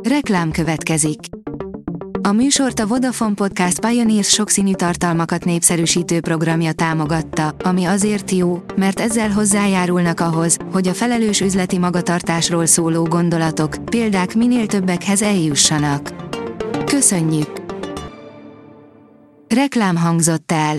Reklám következik. A műsort a Vodafone Podcast Pioneers sokszínű tartalmakat népszerűsítő programja támogatta, ami azért jó, mert ezzel hozzájárulnak ahhoz, hogy a felelős üzleti magatartásról szóló gondolatok, példák minél többekhez eljussanak. Köszönjük! Reklám hangzott el.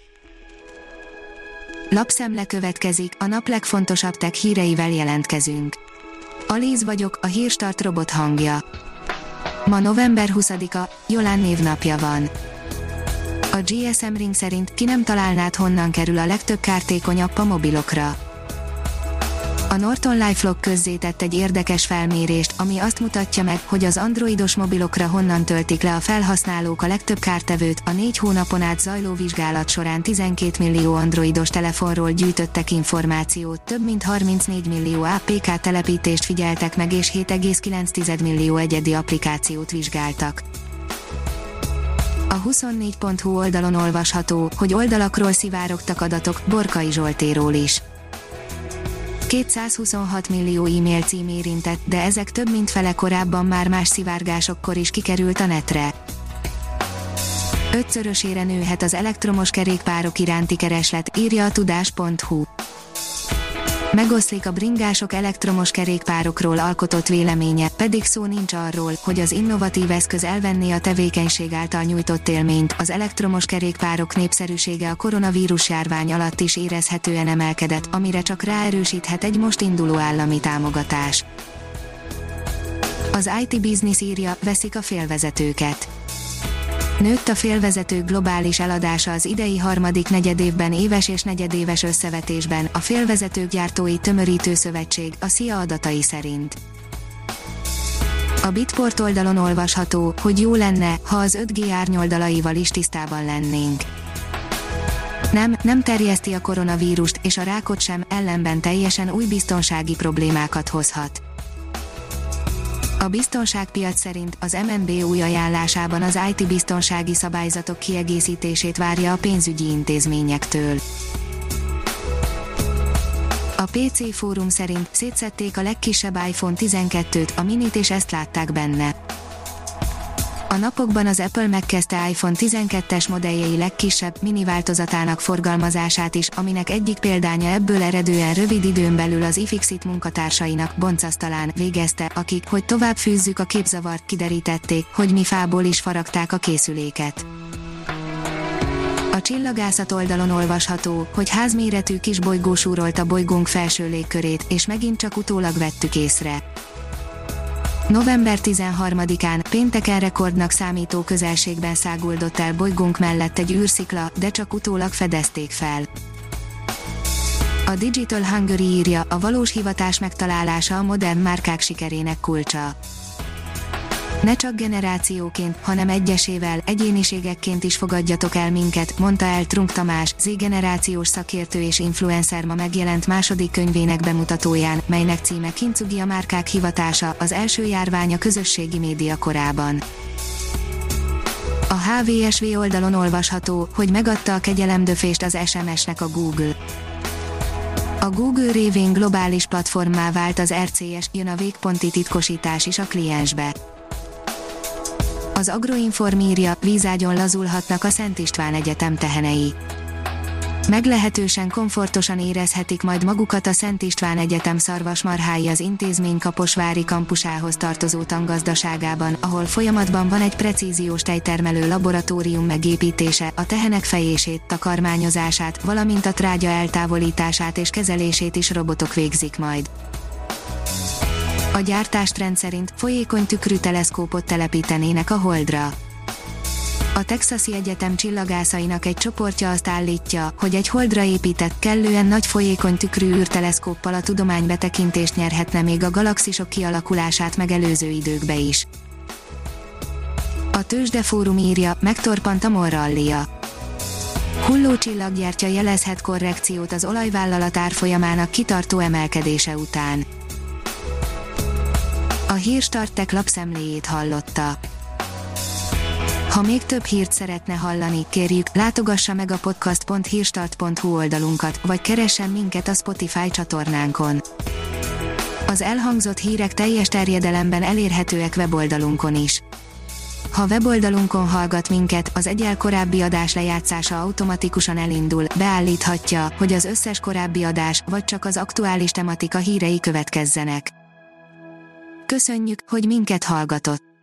Lapszemle következik, a nap legfontosabb tech híreivel jelentkezünk. Alíz vagyok, a Hírstart robot hangja. Ma november 20-a, Jolán névnapja van. A GSM Ring szerint ki nem találnád, honnan kerül a legtöbb kártékony app a mobilokra. A Norton LifeLock közzétett egy érdekes felmérést, ami azt mutatja meg, hogy az androidos mobilokra honnan töltik le a felhasználók a legtöbb kártevőt. A 4 hónapon át zajló vizsgálat során 12 millió androidos telefonról gyűjtöttek információt, több mint 34 millió APK telepítést figyeltek meg és 7,9 millió egyedi applikációt vizsgáltak. A 24.hu oldalon olvasható, hogy oldalakról szivárogtak adatok Borkai Zsoltéról is. 226 millió e-mail cím érintett, de ezek több mint fele korábban már más szivárgásokkor is kikerült a netre. 5-szörösére nőhet az elektromos kerékpárok iránti kereslet, írja a tudás.hu. Megoszlik a bringások elektromos kerékpárokról alkotott véleménye, pedig szó nincs arról, hogy az innovatív eszköz elvenné a tevékenység által nyújtott élményt. Az elektromos kerékpárok népszerűsége a koronavírus járvány alatt is érezhetően emelkedett, amire csak ráerősíthet egy most induló állami támogatás. Az IT Business írja, veszik a félvezetőket. Nőtt a félvezetők globális eladása az idei harmadik negyedévben éves és negyedéves összevetésben, a Félvezetők Gyártói Tömörítő Szövetség, a SZIA adatai szerint. A Bitport oldalon olvasható, hogy jó lenne, ha az 5G árnyoldalaival is tisztában lennénk. Nem terjeszti a koronavírust, és a rákot sem, ellenben teljesen új biztonsági problémákat hozhat. A biztonságpiac szerint az MNB új ajánlásában az IT-biztonsági szabályzatok kiegészítését várja a pénzügyi intézményektől. A PC Fórum szerint szétszedték a legkisebb iPhone 12-t, a minit, és ezt látták benne. A napokban az Apple megkezdte iPhone 12-es modelljei legkisebb, mini változatának forgalmazását is, aminek egyik példánya ebből eredően rövid időn belül az iFixit munkatársainak, boncasztalán végezte, akik, hogy tovább fűzzük a képzavart, kiderítették, hogy mi fából is faragták a készüléket. A csillagászat oldalon olvasható, hogy házméretű kis bolygó súrolt a bolygónk felső légkörét, és megint csak utólag vettük észre. November 13-án, pénteken rekordnak számító közelségben száguldott el bolygónk mellett egy űrszikla, de csak utólag fedezték fel. A Digital Hungary írja, a valós hivatás megtalálása a modern márkák sikerének kulcsa. Ne csak generációként, hanem egyesével, egyéniségekként is fogadjatok el minket, mondta el Trunk Tamás, Z-generációs szakértő és influencer ma megjelent második könyvének bemutatóján, melynek címe Kintsugi a márkák hivatása, az első járvány a közösségi média korában. A HVSV oldalon olvasható, hogy megadta a kegyelemdöfést az SMS-nek a Google. A Google révén globális platformmá vált az RCS, jön a végponti titkosítás is a kliensbe. Az Agroinform írja, vízágyon lazulhatnak a Szent István Egyetem tehenei. Meglehetősen komfortosan érezhetik majd magukat a Szent István Egyetem szarvasmarhái az intézmény kaposvári kampusához tartozó tangazdaságában, ahol folyamatban van egy precíziós tejtermelő laboratórium megépítése, a tehenek fejését, takarmányozását, valamint a trágya eltávolítását és kezelését is robotok végzik majd. A gyártástrend szerint folyékony tükrű teleszkópot telepítenének a Holdra. A Texasi Egyetem csillagászainak egy csoportja azt állítja, hogy egy Holdra épített, kellően nagy folyékony tükrű űrteleszkóppal a tudomány betekintést nyerhetne még a galaxisok kialakulását megelőző időkbe is. A Tőzsdefórum írja, megtorpant a MOL rallia. Hulló csillaggyertya jelezhet korrekciót az olajvállalat árfolyamának kitartó emelkedése után. A Hírstart Tech lapszemléjét hallotta. Ha még több hírt szeretne hallani, kérjük, látogassa meg a podcast.hírstart.hu oldalunkat, vagy keressen minket a Spotify csatornánkon. A Az elhangzott hírek teljes terjedelemben elérhetőek weboldalunkon is. Ha weboldalunkon hallgat minket, az egyel korábbi adás lejátszása automatikusan elindul, beállíthatja, hogy az összes korábbi adás, vagy csak az aktuális tematika hírei következzenek. Köszönjük, hogy minket hallgatott!